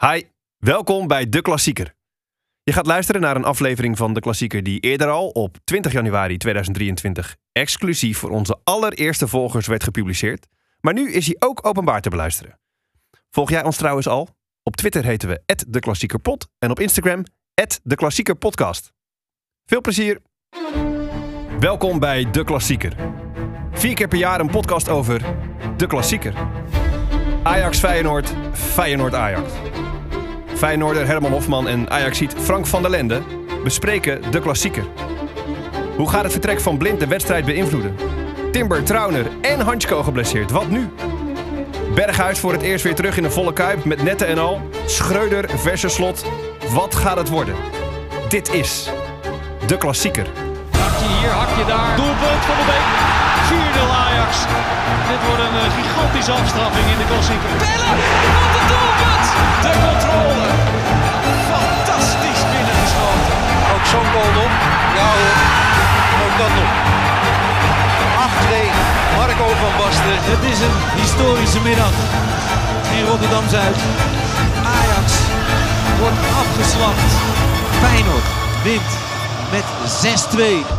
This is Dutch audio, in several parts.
Hi, welkom bij De Klassieker. Je gaat luisteren naar een aflevering van De Klassieker die eerder al op 20 januari 2023 exclusief voor onze allereerste volgers werd gepubliceerd. Maar nu is hij ook openbaar te beluisteren. Volg jij ons trouwens al? Op Twitter heten we @deklassiekerpod en op Instagram @deklassiekerpodcast. Veel plezier! Welkom bij De Klassieker. 4 keer per jaar een podcast over De Klassieker. Ajax-Feyenoord, Feyenoord-Ajax. Feyenoorder Herman Hofman en Ajaxiet Frank van der Lende bespreken De Klassieker. Hoe gaat het vertrek van Blind de wedstrijd beïnvloeden? Timber, Trauner en Hansko geblesseerd. Wat nu? Berghuis voor het eerst weer terug in de volle kuip met netten en al. Schreuder versus Slot. Wat gaat het worden? Dit is De Klassieker. Hakje hier, hakje daar. Doelpunt van de Beek. 4-0 Ajax. Dit wordt een gigantische afstraffing in de Klassieker. Bellen! Wat een doelpunt! De controle. Fantastisch binnengeschoten. Ook zo'n goal nog. Ja hoor. Ook dat nog. 8-2. Marco van Basten. Het is een historische middag in Rotterdam-Zuid. Ajax wordt afgeslacht. Feyenoord wint met 6-2.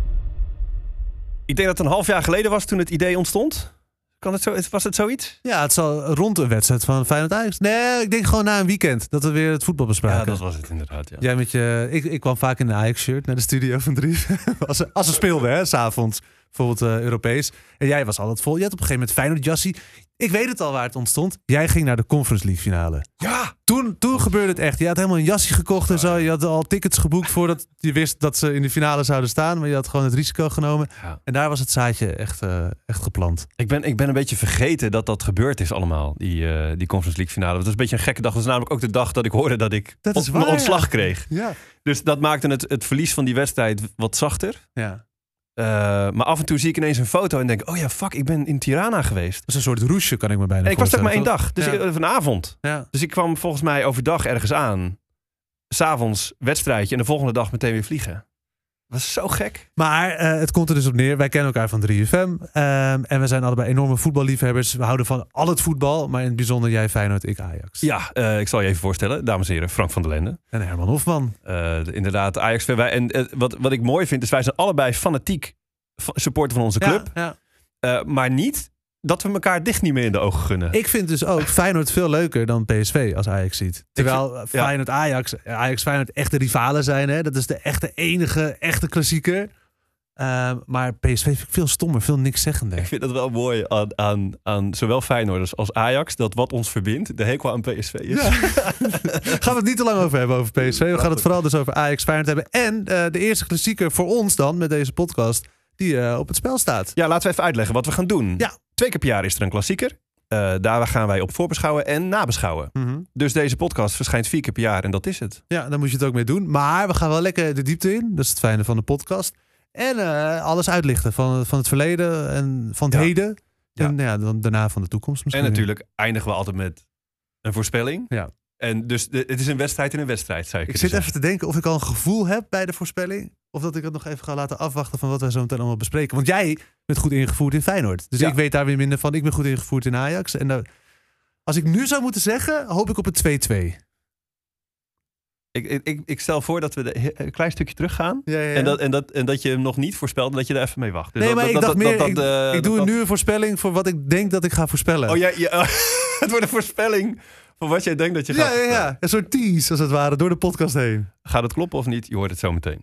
Ik denk dat het een half jaar geleden was toen het idee ontstond. Was het zoiets? Ja, het zal rond een wedstrijd van Feyenoord-Ajax. Nee, ik denk gewoon na een weekend dat we weer het voetbal bespraken. Ja, dat was het inderdaad. Ja. Jij met je, ik kwam vaak in een Ajax-shirt naar de studio van 3. als ze speelden, hè, 's avonds. Bijvoorbeeld Europees. En jij was altijd vol. Je had op een gegeven moment Feyenoord-jassie. Ik weet het al waar het ontstond. Jij ging naar de Conference League finale. Ja! Toen gebeurde het echt. Je had helemaal een jasje gekocht en zo. Je had al tickets geboekt voordat je wist dat ze in de finale zouden staan. Maar je had gewoon het risico genomen. Ja. En daar was het zaadje echt geplant. Ik ben een beetje vergeten dat gebeurd is allemaal. Die Conference League finale. Dat was een beetje een gekke dag. Dat was namelijk ook de dag dat ik hoorde dat ik mijn ontslag kreeg. Ja. Dus dat maakte het verlies van die wedstrijd wat zachter. Ja. Maar af en toe zie ik ineens een foto en denk... oh ja, fuck, ik ben in Tirana geweest. Dat is een soort roesje, kan ik me bijna en ik was voorstellen. er maar 1 dag, dus vanavond. Ja. Dus ik kwam volgens mij overdag ergens aan. 's Avonds wedstrijdje en de volgende dag meteen weer vliegen. Dat was zo gek. Maar het komt er dus op neer. Wij kennen elkaar van 3FM. En we zijn allebei enorme voetballiefhebbers. We houden van al het voetbal. Maar in het bijzonder jij Feyenoord, ik Ajax. Ja, ik zal je even voorstellen. Dames en heren, Frank van der Lende. En Herman Hofman. Inderdaad, Ajax. En wat ik mooi vind is wij zijn allebei fanatiek supporter van onze club. Ja. Maar niet dat we elkaar dicht niet meer in de ogen gunnen. Ik vind dus ook Feyenoord veel leuker dan PSV als Ajax ziet. Terwijl Feyenoord-Ajax echt de rivalen zijn. Hè? Dat is de enige echte klassieker. Maar PSV vind ik veel stommer, veel niks zeggender. Ik vind dat wel mooi aan zowel Feyenoorders als Ajax. Dat wat ons verbindt, de hekel aan PSV is. Ja. Gaan we het niet te lang over hebben over PSV. We gaan het vooral dus over Ajax-Feyenoord hebben. En de eerste klassieker voor ons dan met deze podcast... die op het spel staat. Ja, laten we even uitleggen wat we gaan doen. Ja. 2 keer per jaar is er een klassieker. Daar gaan wij op voorbeschouwen en nabeschouwen. Mm-hmm. Dus deze podcast verschijnt 4 keer per jaar en dat is het. Ja, daar moet je het ook mee doen. Maar we gaan wel lekker de diepte in. Dat is het fijne van de podcast. En alles uitlichten van het verleden en van het heden. Ja. En dan daarna van de toekomst misschien. En natuurlijk eindigen we altijd met een voorspelling. Ja. En dus het is een wedstrijd in een wedstrijd, zei ik. Ik zit even te denken of ik al een gevoel heb bij de voorspelling. Of dat ik het nog even ga laten afwachten van wat wij zo meteen allemaal bespreken. Want jij bent goed ingevoerd in Feyenoord. Dus ik weet daar weer minder van. Ik ben goed ingevoerd in Ajax. En als ik nu zou moeten zeggen, hoop ik op het 2-2. Ik stel voor dat we een klein stukje teruggaan. Ja. En dat je hem nog niet voorspelt en dat je er even mee wacht. Dus ik doe nu een voorspelling voor wat ik denk dat ik ga voorspellen. Oh ja, het wordt een voorspelling voor wat jij denkt dat je gaat voorspellen. Ja. Een soort tease als het ware door de podcast heen. Gaat het kloppen of niet? Je hoort het zo meteen.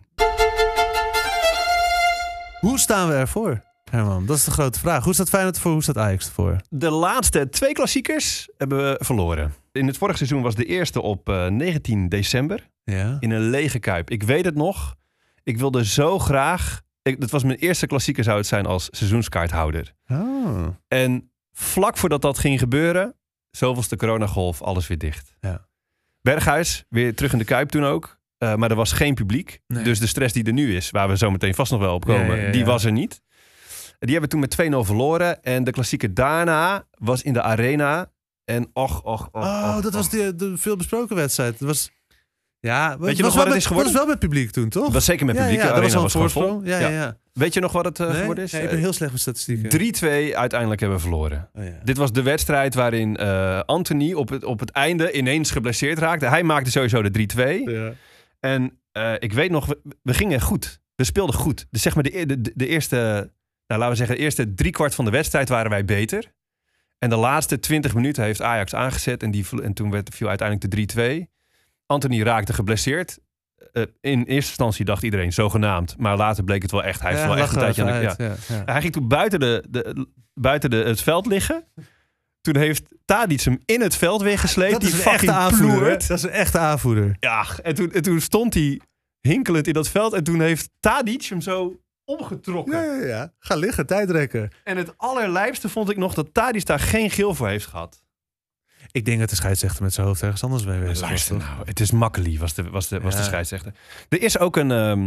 Hoe staan we ervoor, Herman? Dat is de grote vraag. Hoe staat Feyenoord ervoor? Hoe staat Ajax ervoor? De laatste 2 klassiekers hebben we verloren. In het vorige seizoen was de eerste op 19 december. Ja. In een lege kuip. Ik weet het nog. Ik wilde zo graag... Het was mijn eerste klassieker zou het zijn als seizoenskaarthouder. Oh. En vlak voordat dat ging gebeuren... zoveelste coronagolf, alles weer dicht. Ja. Berghuis, weer terug in de kuip toen ook. Maar er was geen publiek. Nee. Dus de stress die er nu is, waar we zo meteen vast nog wel op komen... die was er niet. Die hebben we toen met 2-0 verloren. En de klassieker daarna was in de arena... En dat was de veel besproken wedstrijd. Dat was Ja, Weet je nog wat het is geworden? Dat was wel met publiek toen, toch? Dat was zeker met publiek. Ja, De dat was arena al een gewoon voorsprong. vol. Ja. Weet je nog wat het geworden is? Nee, ik ben heel slecht met statistieken. 3-2 uiteindelijk hebben we verloren. Oh, ja. Dit was de wedstrijd waarin Anthony op het einde ineens geblesseerd raakte. Hij maakte sowieso de 3-2. Ja. En ik weet nog, we gingen goed. We speelden goed. Dus zeg maar de eerste, nou, laten we zeggen, de eerste driekwart van de wedstrijd waren wij beter. En de laatste 20 minuten heeft Ajax aangezet. En toen viel uiteindelijk de 3-2. Anthony raakte geblesseerd. In eerste instantie dacht iedereen zogenaamd. Maar later bleek het wel echt. Hij heeft wel echt een tijdje aan de... Ja. Hij ging toen buiten het veld liggen. Toen heeft Tadic hem in het veld weggesleept. Dat is die een echte aanvoerder. ploert. Dat is een echte aanvoerder. Ja, en toen stond hij hinkelend in dat veld. En toen heeft Tadic hem zo omgetrokken. Ja. Ga liggen, tijdrekken. En het allerlijpste vond ik nog dat Tadic daar geen geel voor heeft gehad. Ik denk dat de scheidsrechter met zijn hoofd ergens anders mee wezen. Luister nou, het is Makkeli was de scheidsrechter. Er is ook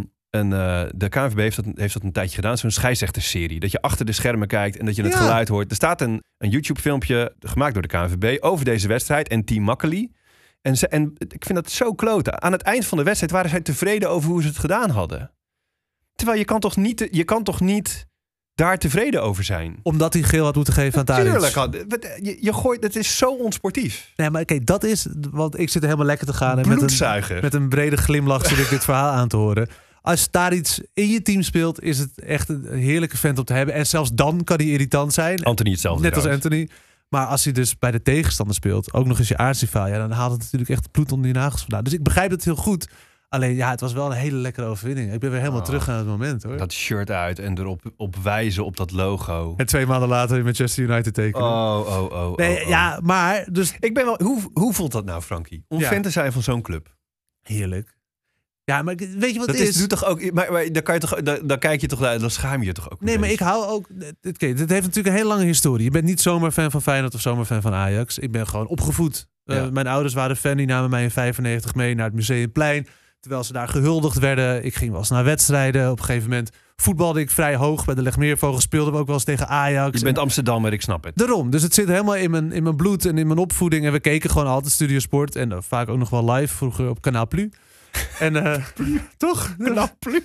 de KNVB heeft dat een tijdje gedaan, zo'n scheidsrechterserie. Dat je achter de schermen kijkt en dat je het geluid hoort. Er staat een YouTube filmpje gemaakt door de KNVB over deze wedstrijd en team Makkeli. En ik vind dat zo kloten. Aan het eind van de wedstrijd waren zij tevreden over hoe ze het gedaan hadden. Terwijl je kan toch niet daar tevreden over zijn. Omdat hij geel had moeten geven aan Tadic. Tuurlijk. Je gooit, het is zo onsportief. Nee, maar kijk, dat is... Want ik zit er helemaal lekker te gaan. En Bloedzuiger. met een brede glimlach zit ik dit verhaal aan te horen. Als Tadic in je team speelt, is het echt een heerlijke vent om te hebben. En zelfs dan kan hij irritant zijn. Anthony hetzelfde. Net als Anthony. Maar als hij dus bij de tegenstander speelt, ook nog eens je aardsrivaal, dan haalt het natuurlijk echt bloed onder je nagels vandaan. Dus ik begrijp het heel goed. Alleen ja, het was wel een hele lekkere overwinning. Ik ben weer helemaal terug aan het moment, hoor. Dat shirt uit en erop op wijzen op dat logo. En 2 maanden later in Manchester United tekenen. Nee, ja, maar dus ik ben wel. Hoe voelt dat nou, Frankie? Om fan te zijn van zo'n club. Heerlijk. Ja, maar weet je wat dat het is? Doet toch ook, maar dan kan je toch, dan kijk je toch, dan schaam je je toch ook. Nee, maar ik hou ook. Dit heeft natuurlijk een hele lange historie. Je bent niet zomaar fan van Feyenoord of zomaar fan van Ajax. Ik ben gewoon opgevoed. Mijn ouders waren fan, die namen mij in 95 mee naar het Museumplein. Terwijl ze daar gehuldigd werden. Ik ging wel eens naar wedstrijden. Op een gegeven moment voetbalde ik vrij hoog bij de Legmeervogels. Speelden we ook wel eens tegen Ajax. Je bent Amsterdammer, ik snap het. Daarom. Dus het zit helemaal in mijn bloed en in mijn opvoeding. En we keken gewoon altijd Studiosport. En vaak ook nog wel live, vroeger op Kanaal Plus. En toch? Kanaal Plus.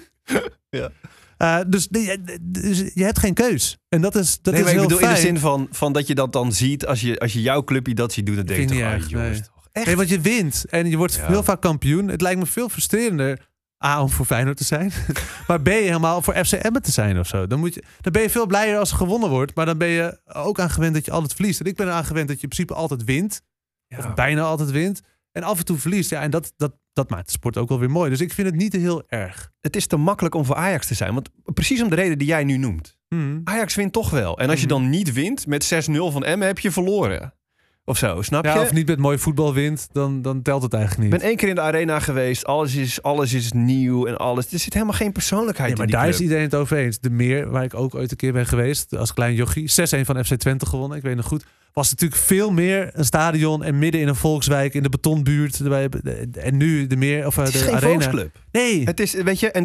Ja. Dus je hebt geen keus. En dat is heel fijn. Ik bedoel in de zin van dat je dat dan ziet. Als je jouw clubje dat ziet doen, dan denk je toch, jongens, toch. Echt? Nee, want je wint en je wordt heel vaak kampioen. Het lijkt me veel frustrerender om voor Feyenoord te zijn. Maar B, helemaal voor FC Emmen te zijn of zo. Dan ben je veel blijer als er gewonnen wordt. Maar dan ben je ook aan gewend dat je altijd verliest. En ik ben eraan gewend dat je in principe altijd wint. Of bijna altijd wint. En af en toe verliest. Ja, en dat maakt de sport ook wel weer mooi. Dus ik vind het niet heel erg. Het is te makkelijk om voor Ajax te zijn. Want precies om de reden die jij nu noemt. Ajax wint toch wel. En als je dan niet wint met 6-0 van Emmen, heb je verloren. Of zo, snap je? Ja, of niet met mooi voetbal wint, dan telt het eigenlijk niet. Ik ben 1 keer in de arena geweest. Alles is nieuw en alles. Er zit helemaal geen persoonlijkheid in die club. Maar daar is iedereen het over eens. De Meer, waar ik ook ooit een keer ben geweest, als klein jochie, 6-1 van FC Twente gewonnen. Ik weet nog goed. Was natuurlijk veel meer een stadion en midden in een volkswijk in de betonbuurt. En nu de Meer of het is de geen arena. Volksclub. Nee. Het is, weet je, en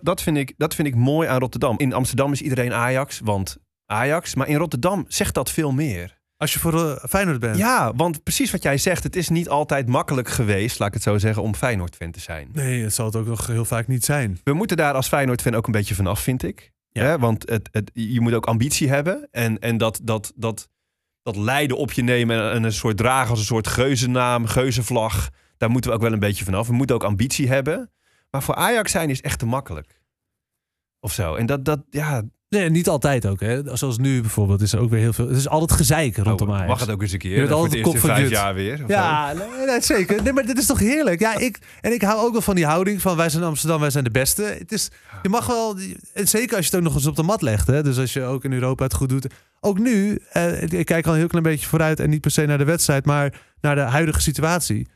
dat vind ik mooi aan Rotterdam. In Amsterdam is iedereen Ajax, want Ajax. Maar in Rotterdam zegt dat veel meer. Als je voor Feyenoord bent. Ja, want precies wat jij zegt. Het is niet altijd makkelijk geweest, laat ik het zo zeggen, om Feyenoord-fan te zijn. Nee, het zal het ook nog heel vaak niet zijn. We moeten daar als Feyenoord-fan ook een beetje vanaf, vind ik. Ja. Want je moet ook ambitie hebben. En dat lijden op je nemen en een soort dragen als een soort geuzennaam, geuzenvlag. Daar moeten we ook wel een beetje vanaf. We moeten ook ambitie hebben. Maar voor Ajax zijn is echt te makkelijk. Of zo. En ja... Nee, niet altijd ook. Hè. Zoals nu bijvoorbeeld is er ook weer heel veel. Het is altijd gezeik rondom Ajax. Mag het ook eens een keer? Je bent altijd de eerste 5 jaar weer? Ja, nee, zeker. Nee, maar dit is toch heerlijk? Ja, ik hou ook wel van die houding van wij zijn Amsterdam, wij zijn de beste. Het is, je mag wel, en zeker als je het ook nog eens op de mat legt. Hè. Dus als je ook in Europa het goed doet. Ook nu, ik kijk al een heel klein beetje vooruit en niet per se naar de wedstrijd, maar naar de huidige situatie.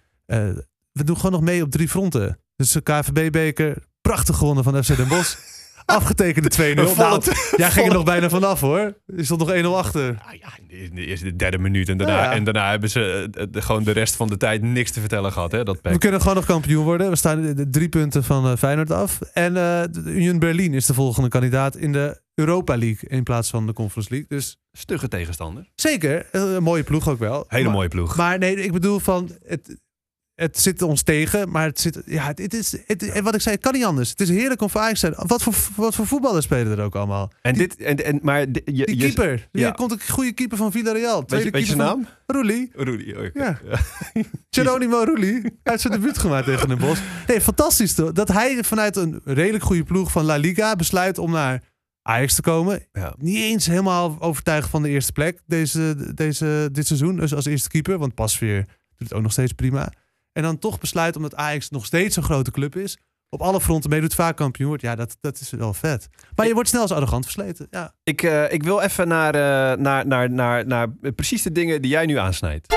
We doen gewoon nog mee op 3 fronten. Dus de KNVB-beker, prachtig gewonnen van FC Den Bosch. Afgetekende 2-0. Nou, jij ging er nog bijna vanaf, hoor. Je stond nog 1-0 achter. In de eerste, de 3e minuut. En daarna hebben ze gewoon de rest van de tijd niks te vertellen gehad. Hè, we kunnen gewoon nog kampioen worden. We staan 3 punten van Feyenoord af. En Union Berlin is de volgende kandidaat in de Europa League in plaats van de Conference League. Dus stugge tegenstander. Zeker. Een mooie ploeg ook wel. Mooie ploeg. Maar nee, ik bedoel van... het zit ons tegen, maar het zit... Ja, en wat ik zei, het kan niet anders. Het is heerlijk om voor Ajax te zijn. Wat voor voetballers spelen er ook allemaal? En die keeper. Ja. Er komt een goede keeper van Villarreal. Weet je zijn naam? Roelie. Okay. Ja. Geronimo Roelie. Hij heeft zijn debuut gemaakt tegen Den Bosch. Nee, fantastisch toch? Dat hij vanuit een redelijk goede ploeg van La Liga besluit om naar Ajax te komen. Ja. Niet eens helemaal overtuigd van de eerste plek dit seizoen. Dus als eerste keeper. Want Pasveer doet het ook nog steeds prima. En dan toch besluit, omdat Ajax nog steeds een grote club is, op alle fronten meedoet, vaak kampioen wordt. Ja, dat is wel vet. Maar je wordt snel als arrogant versleten. Ja. Ik wil even naar precies de dingen die jij nu aansnijdt.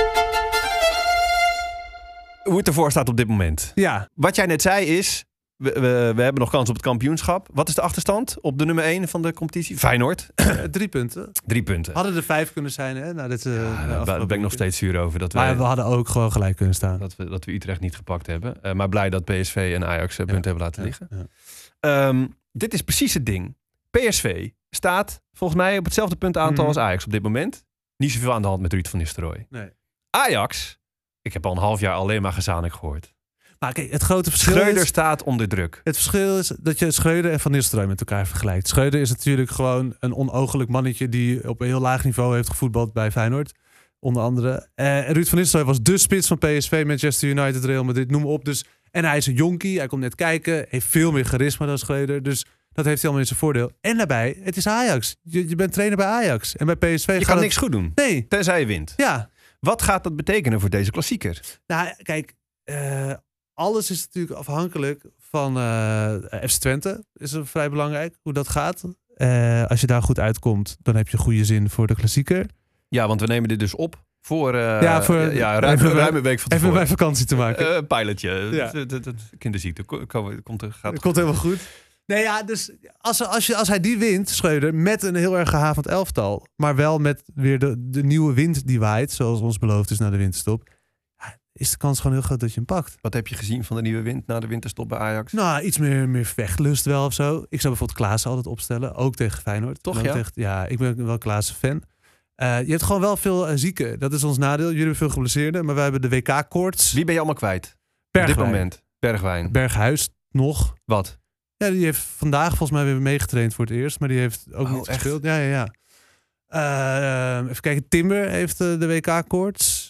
Hoe het ervoor staat op dit moment. Ja. Wat jij net zei is, we hebben nog kans op het kampioenschap. Wat is de achterstand op de nummer 1 van de competitie? Feyenoord. 3 punten. 3 punten. Hadden er 5 kunnen zijn, hè? Nou, Daar ben ik nog steeds zuur over. Maar we hadden ook gewoon gelijk kunnen staan. Dat we Utrecht niet gepakt hebben. Maar blij dat PSV en Ajax punten hebben laten liggen. Ja. Dit is precies het ding. PSV staat volgens mij op hetzelfde puntaantal als Ajax op dit moment. Niet zoveel aan de hand met Ruud van Nistelrooy. Nee. Ajax, ik heb al een half jaar alleen maar gezamenlijk gehoord. Maar kijk, het grote verschil Schreuder staat onder druk. Het verschil is dat je Schreuder en Van Nistelrooy met elkaar vergelijkt. Schreuder is natuurlijk gewoon een onoogelijk mannetje die op een heel laag niveau heeft gevoetbald bij Feyenoord. Onder andere. Ruud van Nistelrooy was de spits van PSV, Manchester United, Real Madrid, noem maar op. Dus, en hij is een jonkie, hij komt net kijken, heeft veel meer charisma dan Schreuder. Dus dat heeft helemaal in zijn voordeel. En daarbij, het is Ajax. Je bent trainer bij Ajax. En bij PSV Je kan niks goed doen. Nee. Tenzij je wint. Ja. Wat gaat dat betekenen voor deze klassieker? Nou, kijk, alles is natuurlijk afhankelijk van FC Twente. Is er vrij belangrijk hoe dat gaat. Als je daar goed uitkomt, dan heb je goede zin voor de klassieker. Ja, want we nemen dit dus op voor ruim een week van tevoren. Even bij vakantie te maken. Een pilotje. Ja. Kinderziekte. Het komt helemaal goed. Nee, ja, dus als hij die wint, Schreuder, met een heel erg gehavend elftal, maar wel met weer de nieuwe wind die waait, zoals ons beloofd is na de winterstop, is de kans gewoon heel groot dat je hem pakt. Wat heb je gezien van de nieuwe wind na de winterstop bij Ajax? Nou, iets meer vechtlust wel of zo. Ik zou bijvoorbeeld Klaassen altijd opstellen, ook tegen Feyenoord. Toch, ja? Ja, ik ben wel Klaassen fan. Je hebt gewoon wel veel zieken. Dat is ons nadeel. Jullie hebben veel geblesseerden, maar wij hebben de WK-koorts. Wie ben je allemaal kwijt? Bergwijn. Op dit moment. Bergwijn. Berghuis nog. Wat? Ja, die heeft vandaag volgens mij weer meegetraind voor het eerst. Maar die heeft ook niet gespeeld. Ja. Even kijken. Timber heeft de WK-koorts.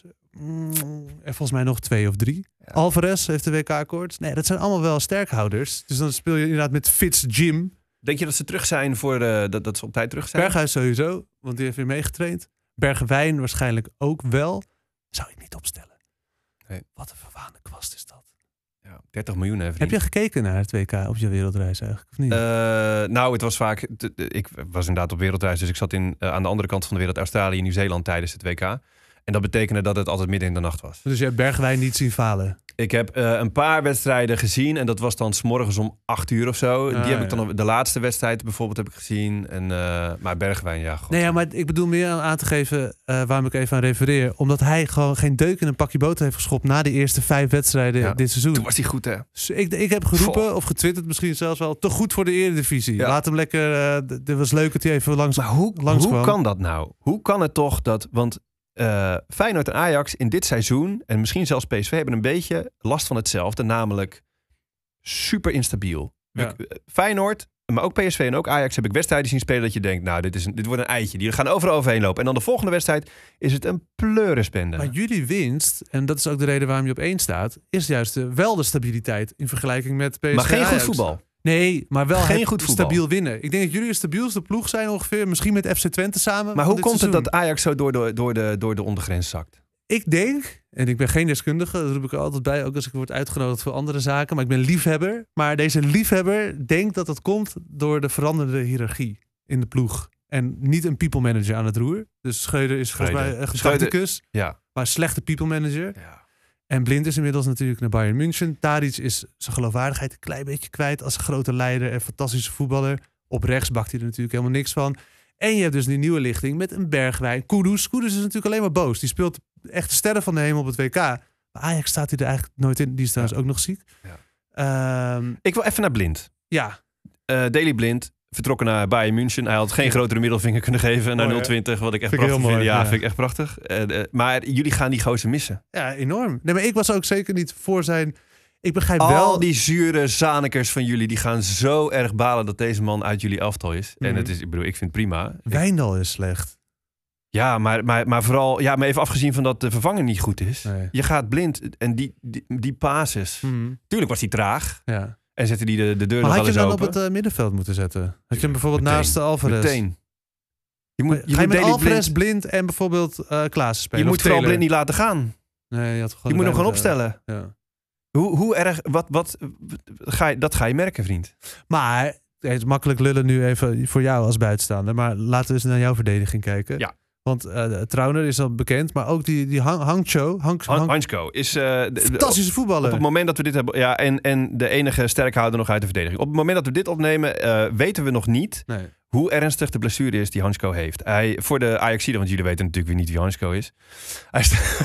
En volgens mij nog 2 of 3. Ja. Alvarez heeft de WK-koorts. Nee, dat zijn allemaal wel sterkhouders. Dus dan speel je inderdaad met Fitz Jim. Denk je dat ze terug zijn voor dat ze op tijd terug zijn? Berghuis sowieso, want die heeft weer meegetraind. Bergwijn waarschijnlijk ook wel. Zou ik niet opstellen. Nee. Wat een verwaande kwast is dat. Ja, 30 miljoen even. Heb je gekeken naar het WK op je wereldreis eigenlijk, of niet? Nou, het was vaak... Ik was inderdaad op wereldreis, dus ik zat aan de andere kant van de wereld, Australië en Nieuw-Zeeland tijdens het WK. En dat betekende dat het altijd midden in de nacht was. Dus je hebt Bergwijn niet zien falen? Ik heb een paar wedstrijden gezien en dat was dan 's morgens om 8 uur of zo. Die heb ik dan de laatste wedstrijd bijvoorbeeld heb ik gezien. En, maar Bergwijn, ja. God. Nee, ja, maar ik bedoel meer aan te geven waarom ik even aan refereer. Omdat hij gewoon geen deuk in een pakje boter heeft geschopt na de eerste 5 wedstrijden dit seizoen. Toen was hij goed, hè? Dus ik heb geroepen of getwitterd misschien zelfs wel, te goed voor de Eredivisie. Ja. Laat hem lekker, dit was leuk dat hij even langs Maar hoe kan dat nou? Hoe kan het toch dat... Want Feyenoord en Ajax in dit seizoen, en misschien zelfs PSV, hebben een beetje last van hetzelfde, namelijk super instabiel. Ja. Feyenoord, maar ook PSV en ook Ajax heb ik wedstrijden zien spelen dat je denkt, nou, dit wordt een eitje. Die gaan overal overheen lopen. En dan de volgende wedstrijd is het een pleurisbende. Maar jullie winst, en dat is ook de reden waarom je op 1 staat, is juist wel de stabiliteit in vergelijking met PSV. Maar geen Ajax. goed voetbal. Nee, maar wel geen goed stabiel winnen. Ik denk dat jullie de stabielste ploeg zijn ongeveer. Misschien met FC Twente samen. Maar hoe komt het dat Ajax zo door de ondergrens zakt? Ik denk, en ik ben geen deskundige, dat roep ik er altijd bij, ook als ik word uitgenodigd voor andere zaken, maar ik ben liefhebber. Maar deze liefhebber denkt dat het komt door de veranderde hiërarchie in de ploeg. En niet een people manager aan het roer. Dus Schreuder is volgens mij een tacticus, maar een slechte people manager. Ja. En Blind is inmiddels natuurlijk naar Bayern München. Tadic is zijn geloofwaardigheid een klein beetje kwijt als een grote leider en fantastische voetballer. Op rechts bakt hij er natuurlijk helemaal niks van. En je hebt dus die nieuwe lichting met een Bergwijn. Kudus is natuurlijk alleen maar boos. Die speelt echt de sterren van de hemel op het WK. Maar Ajax staat hij er eigenlijk nooit in. Die is trouwens ook nog ziek. Ja. Ik wil even naar Blind. Ja. Daley Blind. vertrokken naar Bayern München. Hij had geen grotere middelvinger kunnen geven naar 0-20. Wat ik echt prachtig vind. Ja, vind ik echt prachtig. Maar jullie gaan die gozer missen. Ja, enorm. Nee, maar ik was ook zeker niet voor zijn... Ik begrijp Al wel... die zure zanekers van jullie, die gaan zo erg balen dat deze man uit jullie elftal is. En het is, ik bedoel, ik vind het prima. Wijndal is slecht. Ja, maar vooral... Ja, maar even afgezien van dat de vervanger niet goed is. Nee. Je gaat blind. En die passes... Tuurlijk was hij traag. Ja. En zette die de deur maar nog had je wel hem eens dan open. op het middenveld moeten zetten? Had je hem bijvoorbeeld naast de Alvarez? Meteen. Ga je met Alvarez blind en bijvoorbeeld Klaassen spelen? Je moet vooral blind niet laten gaan. Nee, je moet hem gewoon opstellen. Ja. Hoe erg... Dat ga je merken, vriend. Maar... Het is makkelijk lullen nu even voor jou als buitenstaander. Maar laten we eens naar jouw verdediging kijken. Ja. Want Trauner is al bekend. Maar ook die Hansko is... fantastische voetballer. Op het moment dat we dit hebben... Ja, en de enige sterkhouder nog uit de verdediging. Op het moment dat we dit opnemen... weten we nog niet... Nee. Hoe ernstig de blessure is die Hansko heeft. Voor de Ajaxiden, want jullie weten natuurlijk weer niet wie Hansko is. Hij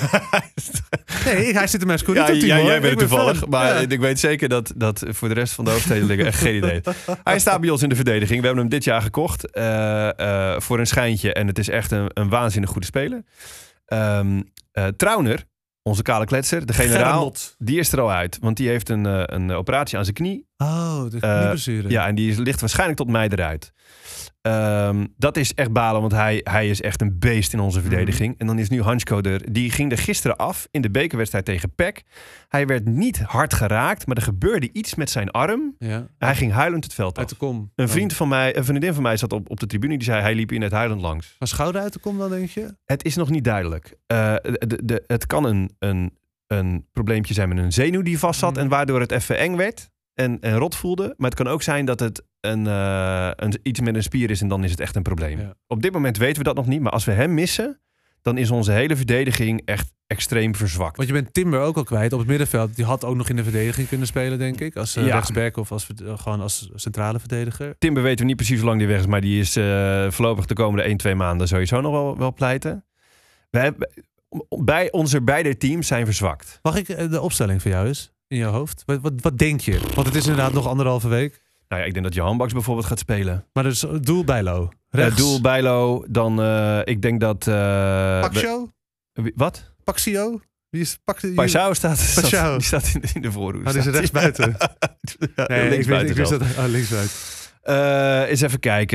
zit in mijn score. Jij bent toevallig. Maar ik weet zeker dat voor de rest van de hoofdstedelijke echt geen idee. Hij staat bij ons in de verdediging. We hebben hem dit jaar gekocht voor een schijntje. En het is echt een waanzinnig goede speler. Trauner, onze kale kletser, de generaal, die is er al uit. Want die heeft een operatie aan zijn knie. Oh, de knieblessure. Ja, en die ligt waarschijnlijk tot mei eruit. Dat is echt balen, want hij is echt een beest in onze verdediging. En dan is nu Hansko er. Die ging er gisteren af in de bekerwedstrijd tegen PEC. Hij werd niet hard geraakt, maar er gebeurde iets met zijn arm. Ja. Hij ging huilend het veld af. Uit de kom. Een vriendin van mij zat op de tribune. Die zei, hij liep in het huilend langs. Maar schouder uit de kom dan, denk je? Het is nog niet duidelijk. Het kan een probleempje zijn met een zenuw die vast zat en waardoor het even eng werd. En rot voelde. Maar het kan ook zijn dat het iets met een spier is en dan is het echt een probleem. Ja. Op dit moment weten we dat nog niet. Maar als we hem missen, dan is onze hele verdediging echt extreem verzwakt. Want je bent Timber ook al kwijt op het middenveld. Die had ook nog in de verdediging kunnen spelen, denk ik. Als rechtsback of gewoon als centrale verdediger. Timber weten we niet precies hoe lang die weg is. Maar die is voorlopig de komende 1-2 maanden sowieso nog wel pleiten. Onze beide teams zijn verzwakt. Mag ik de opstelling voor jou eens? In jouw hoofd? Wat denk je? Want het is inderdaad nog 1,5 week. Nou ja, ik denk dat Johan Baks bijvoorbeeld gaat spelen. Maar dus doel Bijlo. Doel Bijlo. Dan ik denk dat... Paxio? Wat? Paxio? Wie is Paxio die staat in de voorhoede. Oh, die is er rechts buiten. Nee, links buiten. Links buiten. Eens even kijken.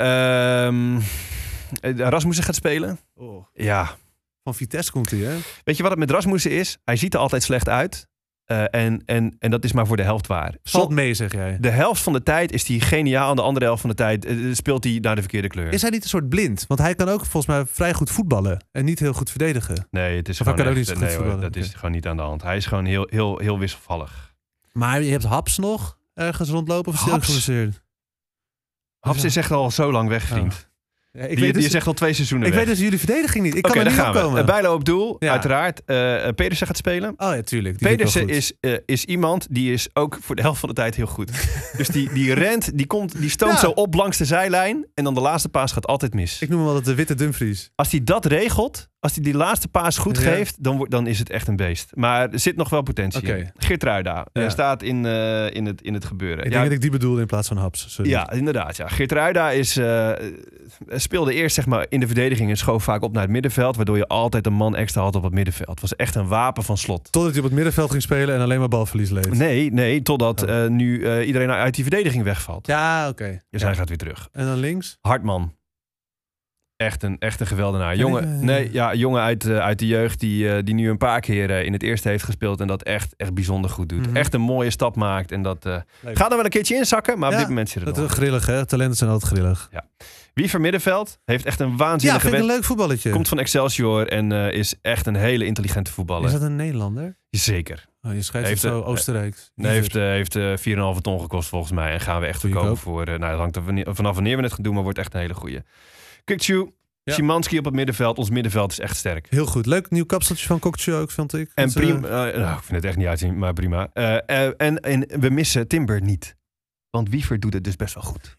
Rasmussen gaat spelen. Oh. Ja. Van Vitesse komt hij, hè? Weet je wat het met Rasmussen is? Hij ziet er altijd slecht uit. En dat is maar voor de helft waar. Valt mee, zeg jij. De helft van de tijd is hij geniaal. En de andere helft van de tijd speelt hij naar de verkeerde kleur. Is hij niet een soort blind? Want hij kan ook volgens mij vrij goed voetballen. En niet heel goed verdedigen. Nee, het is of gewoon hij kan ook niet zo goed voetballen. Dat is gewoon niet aan de hand. Hij is gewoon heel wisselvallig. Maar je hebt Haps nog ergens rondlopen? Of is hij ook geblesseerd? Haps is echt al zo lang weg, vriend. Oh. Ja, die is echt al 2 seizoenen weg. Ik weet dus jullie verdediging niet. Ik kan er niet opkomen. Bijlo op doel, uiteraard. Pedersen gaat spelen. Oh ja, tuurlijk. Pedersen is iemand die is ook voor de helft van de tijd heel goed. Dus die rent, die stoomt zo op langs de zijlijn. En dan de laatste paas gaat altijd mis. Ik noem hem altijd de witte Dumfries. Als hij dat regelt, als hij die laatste paas goed geeft, dan is het echt een beest. Maar er zit nog wel potentie in. Geertruida staat in het gebeuren. Ik denk dat ik die bedoelde in plaats van Haps. Sorry. Ja, inderdaad. Ja. Geertruida speelde eerst zeg maar in de verdediging en schoof vaak op naar het middenveld, waardoor je altijd een man extra had op het middenveld. Het was echt een wapen van Slot. Totdat hij op het middenveld ging spelen en alleen maar balverlies leed. Nee, totdat nu iedereen uit die verdediging wegvalt. Ja, oké. Dus hij gaat weer terug. En dan links? Hartman. Echt een geweldenaar. Jongen uit de jeugd die nu een paar keer in het eerste heeft gespeeld en dat echt bijzonder goed doet. Echt een mooie stap maakt en dat gaat er wel een keertje inzakken, maar op dit moment zit het nog. Grillig, hè? Talenten zijn altijd grillig. Ja. Wiever middenveld heeft echt een waanzinnige... Ja, vind ik een leuk voetballetje. Komt van Excelsior en is echt een hele intelligente voetballer. Is dat een Nederlander? Zeker. Oh, je schrijft het zo Oostenrijk. Heeft 4,5 ton gekost volgens mij. En gaan we echt verkopen voor... het hangt er vanaf wanneer we het gaan doen, maar wordt echt een hele goeie. Kukçu, Szymanski op het middenveld. Ons middenveld is echt sterk. Heel goed. Leuk nieuw kapseltje van Kukçu ook, vind ik. En prima. Ik vind het echt niet uitzien, maar prima. En we missen Timber niet. Want Wiever doet het dus best wel goed.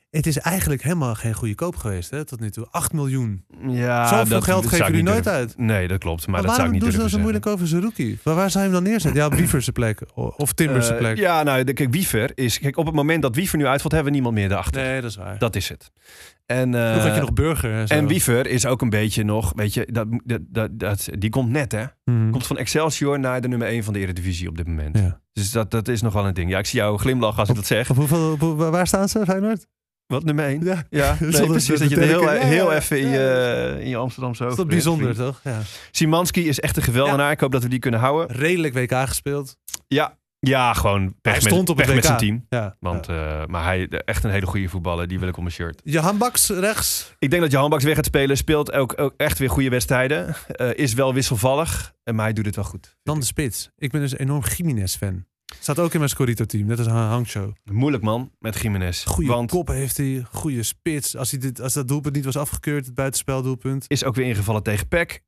Het is eigenlijk helemaal geen goede koop geweest, hè, tot nu toe. 8 miljoen. Ja, Zoveel geld geven jullie nooit durven. uit. Nee, dat klopt. Maar dat zou ik waarom niet doen ze durven dan zo zeggen. moeilijk over zijn rookie? Waar zou je hem dan neerzetten? Ja, op Wiever zijn plek. Of Timber zijn plek. Ja, nou, kijk, Wiever is... Kijk, op het moment dat Wiever nu uitvalt, hebben we niemand meer erachter. Nee, dat is waar. Dat is het. En, Toen had je nog Burger en zo. en Wiever is ook een beetje nog... Weet je, die komt net, hè? Mhm. Komt van Excelsior naar de nummer 1 van de Eredivisie op dit moment. Ja. Dus dat is nog wel een ding. Ja, ik zie jou glimlachen als ik dat zeg. Waar staan ze, Feyenoord? Wat, nummer 1? Ja. Ja, Dat is nee, wel precies. de Dat je er heel, betekent. heel Ja, even in je Amsterdamse Dat is hoofd... toch bijzonder, toch? Ja. Szymanski is echt een geweldenaar. Ik hoop dat we die kunnen houden. Redelijk WK gespeeld. Ja, gewoon Hij pech, stond op pech het met WK. zijn team. Ja. Want, maar hij echt een hele goede voetballer. Die wil ik op mijn shirt. Johan Baks rechts. Ik denk dat Johan Baks weer gaat spelen. Speelt ook echt weer goede wedstrijden. Is wel wisselvallig. Maar hij doet het wel goed. Dan de spits. Ik ben dus een enorm Jiménez-fan. Staat ook in mijn Scorito-team. Net als Hangshow. Moeilijk man met Jiménez. Goede Want kop heeft hij. Goede spits. Als dat doelpunt niet was afgekeurd, het buitenspeldoelpunt. is ook weer ingevallen tegen PEC.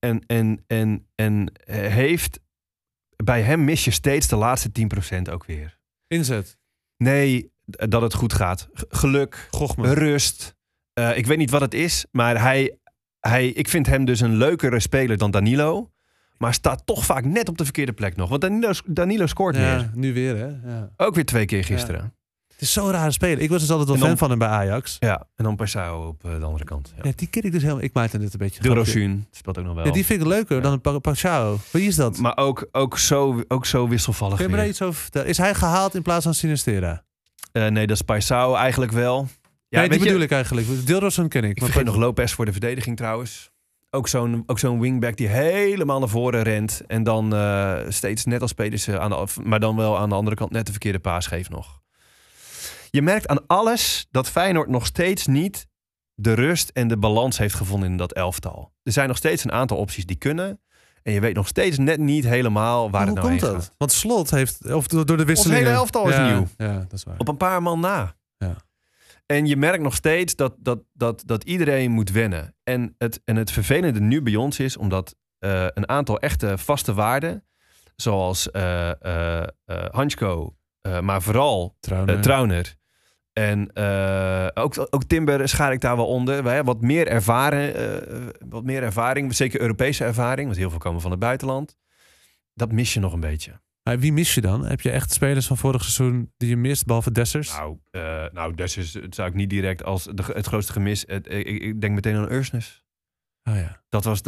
En heeft... Bij hem mis je steeds de laatste 10% ook weer. Inzet. Nee, dat het goed gaat. Geluk. Gochman. Rust. Ik weet niet wat het is. Maar ik vind hem dus een leukere speler dan Danilo. Maar staat toch vaak net op de verkeerde plek nog. Want Danilo scoort Ja, meer. nu weer hè. Ja. Ook weer 2 keer gisteren. Het is zo'n rare speler. Ik was dus altijd wel En dan- fan van hem bij Ajax. Ja, en dan Passau op de andere kant. Ja. Ja, die ken ik dus helemaal. Ik maakte het een beetje. De grapje. Rosun speelt ook nog wel. Ja, die vind ik leuker Ja. dan een Pachao. Wie is dat? Maar ook zo wisselvallig Kun je me daar weer. iets over vertellen? Is hij gehaald in plaats van Sinistera? Nee, dat is Passau eigenlijk wel. Ja, Nee, die weet je, bedoel ik eigenlijk. Dilrosun ken ik. Ik maar vergeet nog Lopez voor de verdediging trouwens. Ook zo'n wingback die helemaal naar voren rent. En dan steeds net als Pedersen, maar dan wel aan de andere kant net de verkeerde paas geeft nog. Je merkt aan alles dat Feyenoord nog steeds niet de rust en de balans heeft gevonden in dat elftal. Er zijn nog steeds een aantal opties die kunnen. En je weet nog steeds net niet helemaal waar het hoe nou heen komt dat? gaat. Want Slot heeft, of door de wisselingen. hele elftal is nieuw. Ja, dat is waar. Op een paar man na. Ja. En je merkt nog steeds dat iedereen moet wennen. En het vervelende nu bij ons is, omdat een aantal echte vaste waarden, zoals Hansko, maar vooral Trauner. En ook Timber schaar ik daar wel onder. Wij hebben wat meer ervaring, zeker Europese ervaring, want heel veel komen van het buitenland. Dat mis je nog een beetje. Maar wie mis je dan? Heb je echt spelers van vorig seizoen die je mist, behalve Dessers? Nou, Dessers zou ik niet direct als het grootste gemis. Ik denk meteen aan Ursnes. Oh ja. Dat was.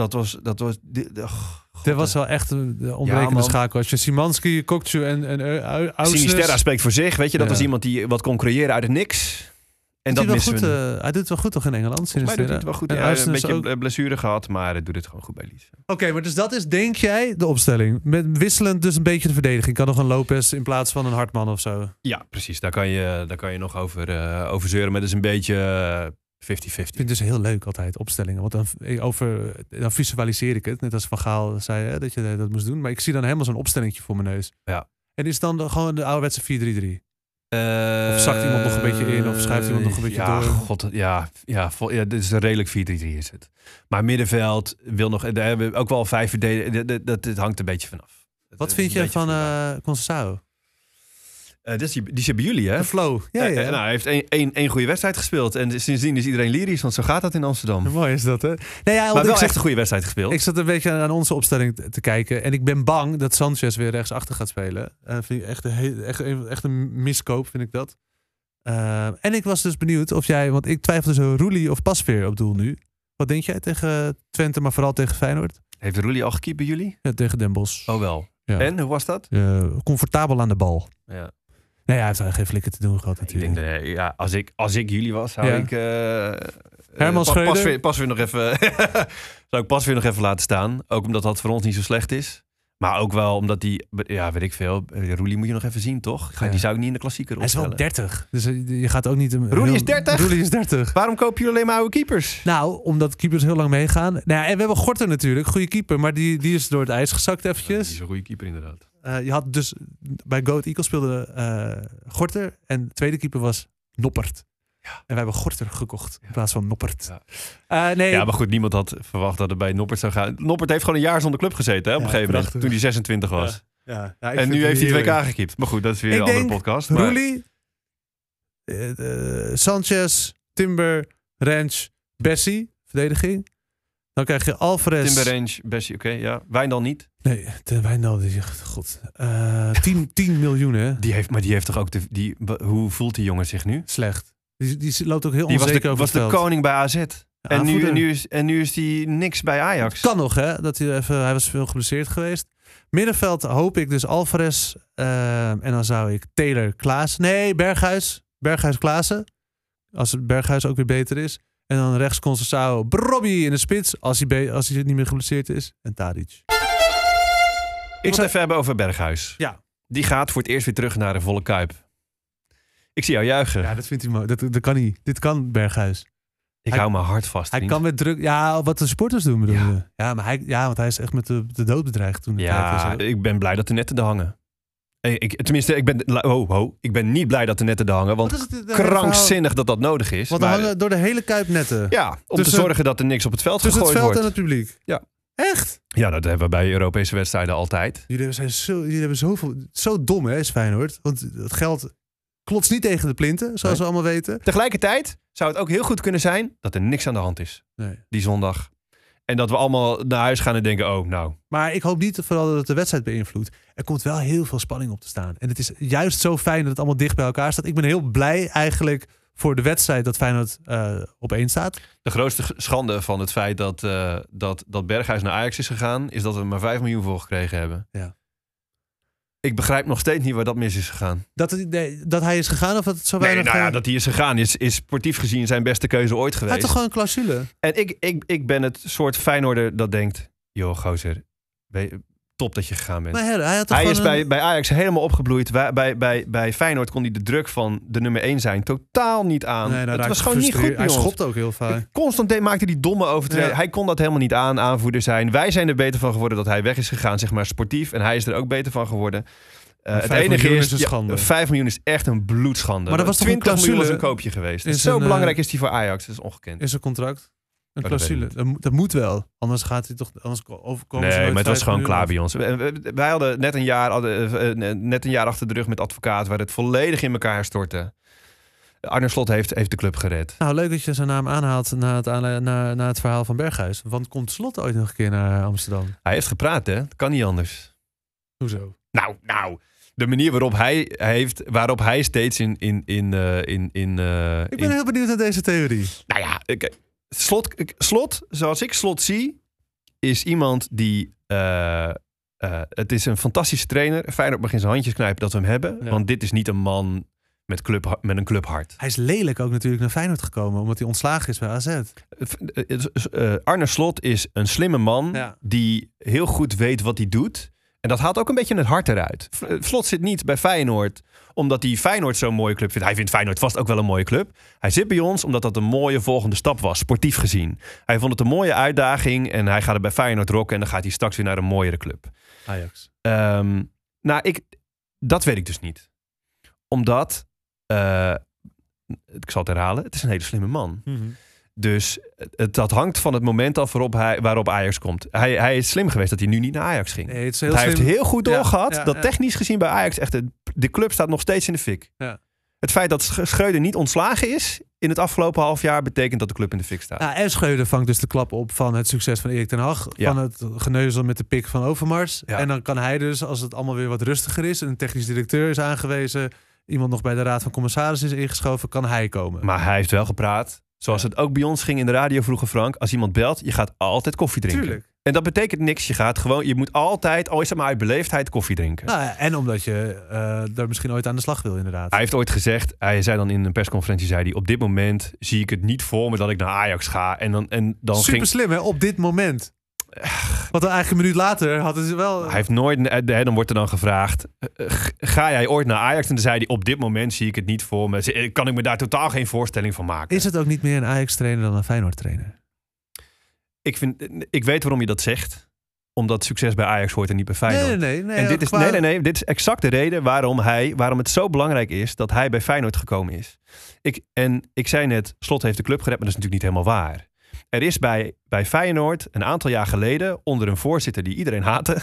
Dit was wel echt de ontbrekende man. schakel. Als je Szymanski, Kokcu en Ousnes... Sinisterra spreekt voor zich. Weet je, dat Ja. was iemand die wat kon creëren uit het niks. En dat hij missen we. hij doet het wel goed toch in Engeland? Volgens mij doet hij het wel goed. En Ja, een Ousnes beetje ook. blessure gehad, maar het doet het gewoon goed bij Lies. Oké, maar dus dat is, denk jij, de opstelling. Met wisselend dus een beetje de verdediging. Kan nog een Lopez in plaats van een Hartman of zo. Ja, precies. Daar kan je nog over zeuren. Maar dat is een beetje 50-50. Ik vind het dus heel leuk altijd, opstellingen. Want dan visualiseer ik het. Net als Van Gaal zei hè, dat je dat moest doen. Maar ik zie dan helemaal zo'n opstellingje voor mijn neus. Ja. En is het dan gewoon de ouderwetse 4-3-3? Of zakt iemand nog een beetje in? Of schuift iemand nog een beetje door? God, ja, dit is een redelijk 4-3-3 is het. Maar middenveld wil nog... Daar hebben we ook wel 5 verdedigers. Dat hangt een beetje vanaf. Wat vind je van Conceição? Die is bij jullie, hè? De flow. Ja. Nou, hij heeft één goede wedstrijd gespeeld. En sindsdien is iedereen lyrisch, want zo gaat dat in Amsterdam. Mooi is dat, hè? Nee, ja, Maar wel echt een goede wedstrijd gespeeld. Ik zat een beetje aan onze opstelling te kijken. En ik ben bang dat Sanchez weer rechtsachter gaat spelen. Vind ik echt een miskoop, vind ik dat. En ik was dus benieuwd of jij... Want ik twijfelde zo Roelie of Pasveer op doel nu. Wat denk jij tegen Twente, maar vooral tegen Feyenoord? Heeft Roelie al gekiept bij jullie? Ja, tegen Den Bosch. Oh wel. Ja. En, hoe was dat? Comfortabel aan de bal. Ja. Nee, hij heeft eigenlijk geen flikker te doen gehad Ik natuurlijk. denk dat, als ik jullie was, zou Ja. ik... Herman Schreuder? Pas weer nog even... zou ik pas weer nog even laten staan. Ook omdat dat voor ons niet zo slecht is. Maar ook wel omdat die... Ja, weet ik veel. Roelie moet je nog even zien, toch? Die zou ik niet in de klassieker Hij is wel opstellen. 30. Dus je gaat ook niet... Roelie is 30? Roelie is 30. Waarom kopen jullie alleen maar oude keepers? Nou, omdat keepers heel lang meegaan. Nou ja, en we hebben Gorter natuurlijk, goede keeper. Maar die is door het ijs gezakt eventjes. Die is een goede keeper inderdaad. Je had dus bij Goat Eagles speelde Gorter en de tweede keeper was Noppert. Ja. En wij hebben Gorter gekocht in plaats van Noppert. Ja. Nee, Ja, maar goed, niemand had verwacht dat het bij Noppert zou gaan. Noppert heeft gewoon een jaar zonder club gezeten, hè, op een Ja, gegeven moment. prachtig. Toen hij 26 was. ja, ik En vind nu heeft hij heerlijk. 2K gekiept. Maar goed, dat is weer Ik een andere denk podcast. Maar Roelie, Sanchez, Timber, Ranch, Bessie, verdediging. Dan krijg je Alvarez. Timber, Range, Bessie, oké, ja. Wijndal niet. Nee, Wijndal, god. 10 miljoen, hè? Die heeft toch ook hoe voelt die jongen zich nu? Slecht. Die loopt ook heel Die onzeker over was het veld. de koning bij AZ. Ja, En nu is die niks bij Ajax. Kan nog, hè? Hij was veel geblesseerd geweest. Middenveld hoop ik dus Alvarez. En dan zou ik Taylor, Klaassen. Nee, Berghuis, Klaassen. Als Berghuis ook weer beter is. En dan rechts Conceição, Robbie in de spits. Als hij niet meer geblesseerd is. En Tadic. Ik wil het even hebben over Berghuis. Ja. Die gaat voor het eerst weer terug naar de volle Kuip. Ik zie jou juichen. Ja, dat vindt hij mooi. Dat kan niet. Dit kan Berghuis. Ik hou mijn hart vast. Hij kan met druk... Ja, wat de supporters doen bedoel je. Ja, want hij is echt met de dood bedreigd toen. Ik ben blij dat de netten er hangen. Ik ben niet blij dat de netten er hangen. Want krankzinnig dat nodig is. Want er hangen door de hele Kuip netten. Ja, om te zorgen dat er niks op het veld gegooid wordt. Tussen het veld en het publiek. Ja. Echt? Ja, dat hebben we bij Europese wedstrijden altijd. Jullie hebben zoveel... Zo dom, hè, is Feyenoord. Want het geld klotst niet tegen de plinten, zoals we allemaal weten. Tegelijkertijd zou het ook heel goed kunnen zijn dat er niks aan de hand is. Nee. Die zondag. En dat we allemaal naar huis gaan en denken, oh, nou. Maar ik hoop niet vooral dat het de wedstrijd beïnvloedt. Er komt wel heel veel spanning op te staan. En het is juist zo fijn dat het allemaal dicht bij elkaar staat. Ik ben heel blij eigenlijk voor de wedstrijd dat Feyenoord op 1 staat. De grootste schande van het feit dat Berghuis naar Ajax is gegaan, is dat we er maar 5 miljoen voor gekregen hebben. Ja. Ik begrijp nog steeds niet waar dat mis is gegaan. Dat hij is gegaan of dat het zo weinig... Nee, dat hij is gegaan is sportief gezien zijn beste keuze ooit geweest. Hij had toch gewoon een clausule? En ik ben het soort Feyenoorder dat denkt, joh gozer, top dat je gegaan bent. Maar hij is bij Ajax helemaal opgebloeid. Bij Feyenoord kon hij de druk van de nummer 1 zijn totaal niet aan. Nee, het was gewoon niet goed bij hij ons. schopt ook heel vaak. Constant maakte hij domme overtredingen. Ja. Hij kon dat helemaal niet aanvoerder zijn. Wij zijn er beter van geworden dat hij weg is gegaan, zeg maar sportief. En hij is er ook beter van geworden. Het enige is, 5 miljoen is echt een bloedschande. Maar dat was 20 miljoen was een koopje geweest. Dus zo belangrijk is hij voor Ajax. Dat is ongekend. Is een contract? Een clausule. Dat moet wel. Anders gaat hij toch overkomen. Nee, maar het was gewoon klaar bij ons. Wij hadden net een jaar achter de rug met advocaat waar het volledig in elkaar stortte. Arne Slot heeft de club gered. Nou, leuk dat je zijn naam aanhaalt na het verhaal van Berghuis. Want komt Slot ooit nog een keer naar Amsterdam? Hij heeft gepraat, hè? Dat kan niet anders. Hoezo? Nou. De manier waarop hij steeds in. Ik ben heel benieuwd naar deze theorie. Nou ja, Slot, zoals ik Slot zie, is iemand die... het is een fantastische trainer. Feyenoord mag in zijn handjes knijpen dat we hem hebben. Ja. Want dit is niet een man met een clubhart. Hij is lelijk ook natuurlijk naar Feyenoord gekomen, omdat hij ontslagen is bij AZ. Arne Slot is een slimme man die heel goed weet wat hij doet. En dat haalt ook een beetje het hart eruit. Slot zit niet bij Feyenoord omdat hij Feyenoord zo'n mooie club vindt. Hij vindt Feyenoord vast ook wel een mooie club. Hij zit bij ons omdat dat een mooie volgende stap was, sportief gezien. Hij vond het een mooie uitdaging en hij gaat er bij Feyenoord rocken en dan gaat hij straks weer naar een mooiere club. Ajax. Dat weet ik dus niet. Omdat, ik zal het herhalen, het is een hele slimme man. Mm-hmm. Dus dat hangt van het moment af waarop Ajax komt. Hij is slim geweest dat hij nu niet naar Ajax ging. Nee, hij heeft heel goed doorgehad dat technisch gezien bij Ajax echt de club staat nog steeds in de fik. Ja. Het feit dat Schreuder niet ontslagen is in het afgelopen half jaar betekent dat de club in de fik staat. Ja, en Schreuder vangt dus de klap op van het succes van Erik ten Hag. Ja. Van het geneuzel met de pik van Overmars. Ja. En dan kan hij dus, als het allemaal weer wat rustiger is, een technisch directeur is aangewezen, iemand nog bij de Raad van Commissarissen is ingeschoven, kan hij komen. Maar hij heeft wel gepraat. Zoals het ook bij ons ging in de radio vroeger, Frank. Als iemand belt, je gaat altijd koffie drinken. Tuurlijk. En dat betekent niks. Je moet altijd, al is het maar uit beleefdheid, koffie drinken. Nou, en omdat je daar misschien ooit aan de slag wil, inderdaad. Hij heeft ooit gezegd, hij zei dan in een persconferentie, op dit moment zie ik het niet voor me dat ik naar Ajax ga. En dan super slim, hè? Op dit moment. Want eigenlijk een minuut later hadden ze wel... Hij heeft nooit... Dan wordt er dan gevraagd, ga jij ooit naar Ajax? En dan zei hij, op dit moment zie ik het niet voor me. Kan ik me daar totaal geen voorstelling van maken. Is het ook niet meer een Ajax-trainer dan een Feyenoord-trainer? Ik weet waarom je dat zegt. Omdat succes bij Ajax hoort en niet bij Feyenoord. Nee. Dit is exact de reden waarom het zo belangrijk is dat hij bij Feyenoord gekomen is. Ik zei net, Slot heeft de club gered, maar dat is natuurlijk niet helemaal waar. Er is bij Feyenoord een aantal jaar geleden, onder een voorzitter die iedereen haatte,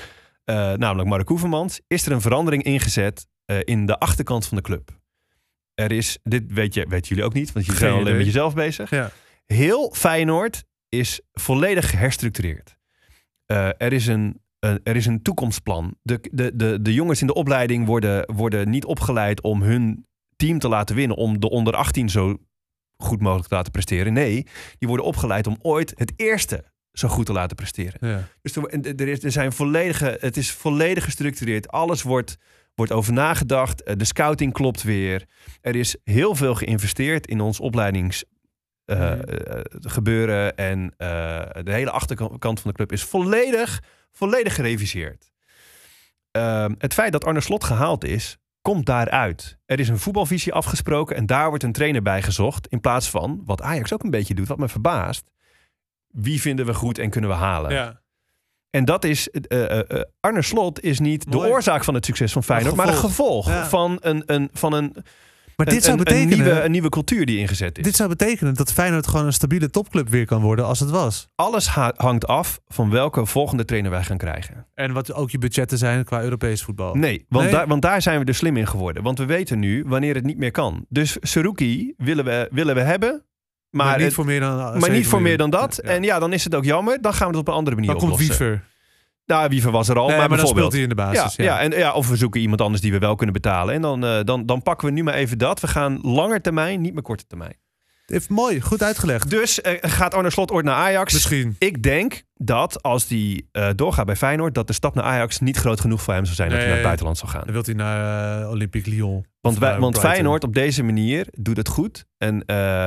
namelijk Mark Koevermans, is er een verandering ingezet in de achterkant van de club. dit weten jullie ook niet, want jullie zijn alleen met jezelf bezig. Ja. Heel Feyenoord is volledig geherstructureerd. Er is een toekomstplan. De jongens in de opleiding worden niet opgeleid om hun team te laten winnen, om de onder 18 zo goed mogelijk te laten presteren. Nee, die worden opgeleid om ooit het eerste zo goed te laten presteren. Ja. Dus het is volledig gestructureerd. Alles wordt over nagedacht. De scouting klopt weer. Er is heel veel geïnvesteerd in ons opleidingsgebeuren. En de hele achterkant van de club is volledig gereviseerd. Het feit dat Arne Slot gehaald is, komt daaruit. Er is een voetbalvisie afgesproken en daar wordt een trainer bij gezocht. In plaats van, wat Ajax ook een beetje doet, wat me verbaast. Wie vinden we goed en kunnen we halen? Ja. En dat is... Arne Slot is niet de oorzaak van het succes van Feyenoord, maar een gevolg van een Maar dit zou betekenen een nieuwe cultuur die ingezet is. Dit zou betekenen dat Feyenoord gewoon een stabiele topclub weer kan worden als het was. Alles hangt af van welke volgende trainer wij gaan krijgen. En wat ook je budgetten zijn qua Europees voetbal. Nee, want daar zijn we er slim in geworden. Want we weten nu wanneer het niet meer kan. Dus Seruki willen we hebben. Maar niet voor meer dan dat. Ja. En ja, dan is het ook jammer. Dan gaan we het op een andere manier oplossen. Dan komt Wiever. Nou, Wiever was er al. Nee, maar dan bijvoorbeeld speelt hij in de basis. Of we zoeken iemand anders die we wel kunnen betalen. En dan pakken we nu maar even dat. We gaan langer termijn, niet meer korte termijn. Mooi, goed uitgelegd. Dus gaat Arne Slot ooit naar Ajax? Misschien. Ik denk dat als hij doorgaat bij Feyenoord, dat de stap naar Ajax niet groot genoeg voor hem zou zijn dat hij naar het buitenland zou gaan. Dan wil hij naar Olympique Lyon. Want Feyenoord op deze manier doet het goed. En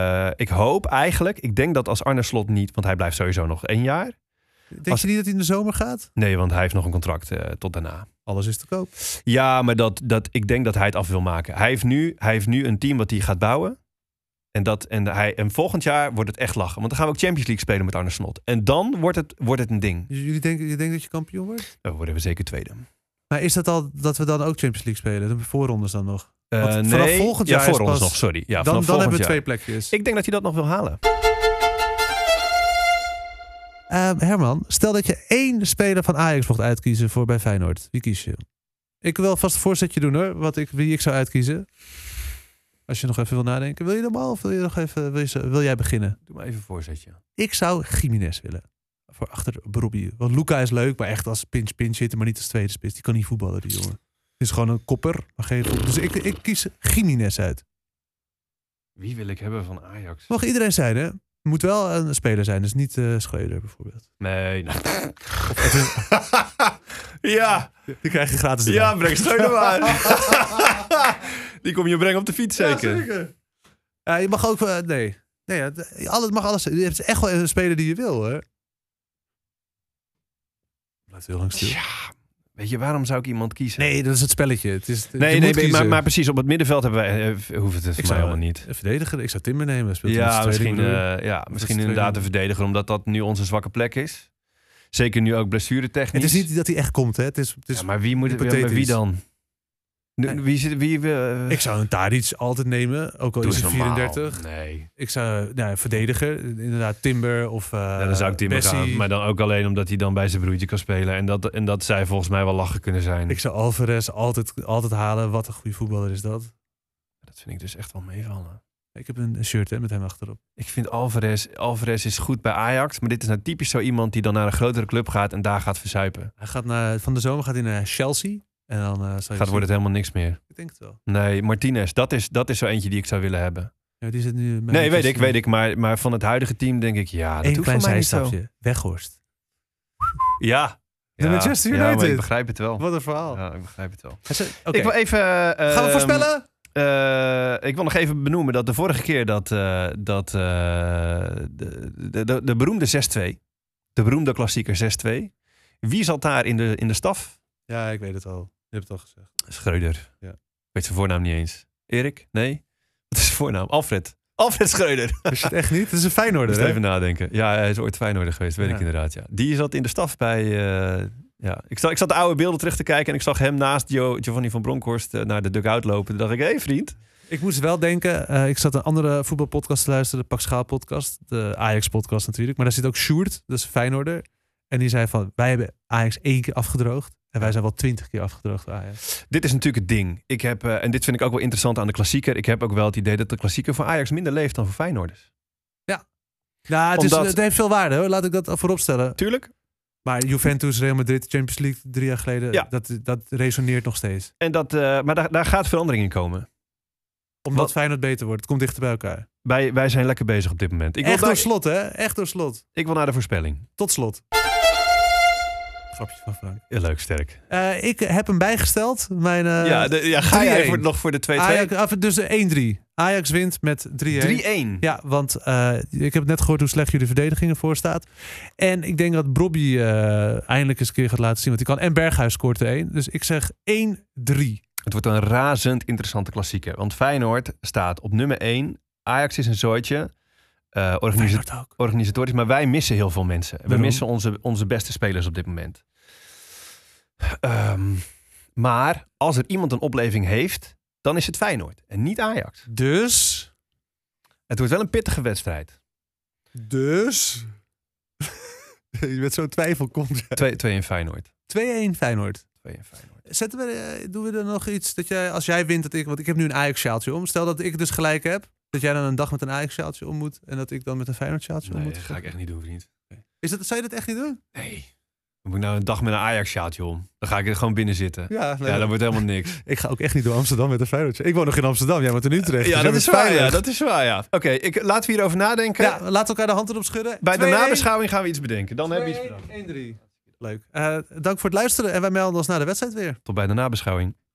ik denk dat als Arne Slot niet, want hij blijft sowieso nog 1 jaar. Denk je niet dat hij in de zomer gaat? Nee, want hij heeft nog een contract tot daarna. Alles is te koop. Ja, maar ik denk dat hij het af wil maken. Hij heeft nu een team wat hij gaat bouwen. En volgend jaar wordt het echt lachen. Want dan gaan we ook Champions League spelen met Arne Slot. En dan wordt het een ding. Je denkt dat je kampioen wordt? Dan worden we zeker tweede. Maar is dat al dat we dan ook Champions League spelen? De voorrondes dan nog? Vanaf volgend jaar voorrondes nog, sorry. Ja, dan hebben we 2 plekjes. Ik denk dat hij dat nog wil halen. Herman, stel dat je 1 speler van Ajax mocht uitkiezen voor bij Feyenoord. Wie kies je? Ik wil vast een voorzetje doen hoor, wie ik zou uitkiezen. Als je nog even wil nadenken. Wil je normaal of wil jij beginnen? Doe maar even een voorzetje. Ik zou Jiménez willen. Voor achter Brobbey. Want Luca is leuk, maar echt als pinch zitten, maar niet als tweede spits. Die kan niet voetballen, die jongen. Het is gewoon een kopper, maar geen voetbal. Dus ik kies Jiménez uit. Wie wil ik hebben van Ajax? Mag iedereen zijn, hè? Moet wel een speler zijn, dus niet Schreuder bijvoorbeeld. Nee. Ja. Die krijg je gratis erbij. Ja, breng Schreuder maar. Die kom je brengen op de fiets zeker. Ja, zeker. Ja, je mag ook... nee, het mag alles. Je hebt echt wel een speler die je wil, hè? Blijft heel lang stil. Ja, weet je, waarom zou ik iemand kiezen? Nee, dat is het spelletje. Het is, maar precies, op het middenveld hebben wij, hoeft het voor mij helemaal niet. Een verdediger, ik zou Timber nemen. Misschien inderdaad een verdediger, omdat dat nu onze zwakke plek is. Zeker nu ook blessuretechnisch. Het is niet dat hij echt komt, hè? Het is maar wie dan? Ik zou een Tadic altijd nemen, ook al is hij 34. Nee. Ik zou verdediger, inderdaad Timber of dan zou ik Timber gaan, maar dan ook alleen omdat hij dan bij zijn broertje kan spelen. En dat zij volgens mij wel lachen kunnen zijn. Ik zou Alvarez altijd halen. Wat een goede voetballer is dat. Dat vind ik dus echt wel meevallen. Ik heb een shirt met hem achterop. Ik vind Alvarez is goed bij Ajax, maar dit is nou typisch zo iemand die dan naar een grotere club gaat en daar gaat verzuipen. Van de zomer gaat hij naar Chelsea. En dan wordt het helemaal niks meer. Ik denk het wel. Nee, Martinez, dat is zo eentje die ik zou willen hebben. Ja, die zit nu. Nee, weet ik. Maar van het huidige team denk ik, ja, dat hoeft voor mij niet zo. Weghorst. Ja. De Manchester United. Ja, maar ik begrijp het wel. Wat een verhaal. Ja, ik begrijp het wel. Okay. Ik wil even... Gaan we voorspellen? Ik wil nog even benoemen dat de vorige keer de beroemde 6-2, de beroemde klassieker 6-2, wie zat daar in de staf? Ja, ik weet het al. Je hebt het al gezegd. Schreuder. Ja. Ik weet zijn voornaam niet eens. Erik? Nee? Wat is zijn voornaam? Alfred Schreuder. Wist je het echt niet? Het is een Feyenoorder, hè? Even nadenken. Ja, hij is ooit Feyenoorder geweest, weet ik inderdaad. Ja. Die zat in de staf bij... Ik zat de oude beelden terug te kijken en ik zag hem naast Giovanni van Bronckhorst naar de dugout lopen. Toen dacht ik, hé vriend. Ik moest wel denken, ik zat een andere voetbalpodcast te luisteren, de Pak Schaal podcast, de Ajax podcast natuurlijk. Maar daar zit ook Sjoerd, dat is een Feyenoorder. En die zei van, wij hebben Ajax 1 keer afgedroogd. En wij zijn wel 20 keer afgedroogd door Ajax. Dit is natuurlijk het ding. Ik heb, en dit vind ik ook wel interessant aan de klassieker. Ik heb ook wel het idee dat de klassieker voor Ajax minder leeft dan voor Feyenoorders. Ja, Omdat- het heeft veel waarde hoor. Laat ik dat voorop stellen. Tuurlijk. Maar Juventus, Real Madrid, Champions League 3 jaar geleden, Ja. dat resoneert nog steeds. En maar daar gaat verandering in komen. Omdat Feyenoord beter wordt. Het komt dichter bij elkaar. Wij zijn lekker bezig op dit moment. Echt door slot, hè? Echt door slot. Ik wil naar de voorspelling. Tot slot. Grapje van Frank. Ja, leuk, sterk. Ik heb hem bijgesteld. Mijn, Ga je 3-1. even nog voor de 2-2? Ajax, dus 1-3. Ajax wint met 3-1. 3-1. Ja, want ik heb net gehoord hoe slecht jullie verdediging ervoor staat. En ik denk dat Brobby eindelijk eens een keer gaat laten zien wat hij kan. En Berghuis scoort er 1. Dus ik zeg 1-3. Het wordt een razend interessante klassieker. Want Feyenoord staat op nummer 1. Ajax is een zooitje. Feyenoord ook. Organisatorisch. Maar wij missen heel veel mensen. We Waarom? missen onze beste spelers op dit moment. Maar als er iemand een opleving heeft, dan is het Feyenoord. En niet Ajax. Dus... Het wordt wel een pittige wedstrijd. Je met zo'n twijfel komt. 2-2 in Feyenoord. 2-1 Feyenoord. 2 in Feyenoord. Doen we er nog iets dat jij, als jij wint, want ik heb nu een Ajax-sjaaltje om. Stel dat ik dus gelijk heb, dat jij dan een dag met een Ajax-sjaaltje om moet en dat ik dan met een Feyenoord-sjaaltje om Nee, moet. dat ga ik echt niet doen, vriend. Zou je dat echt niet doen? Nee. Dan moet ik nou een dag met een Ajax-sjaaltje om. Dan ga ik er gewoon binnen zitten. Ja, Ja, dat wordt helemaal niks. ik ga ook echt niet door Amsterdam met een Feyenoord. Ik woon nog in Amsterdam, jij woont in Utrecht. Ja, Dus dat jij is bent waar. Feyenoord. Ja, dat is waar, ja. Oké, laten we hierover nadenken. Ja, laat elkaar de hand erop schudden. Bij de 2-1. nabeschouwing gaan we iets bedenken. Dan hebben we iets bedacht. 1-3. Leuk. Dank voor het luisteren en wij melden ons na de wedstrijd weer. Tot bij de nabeschouwing.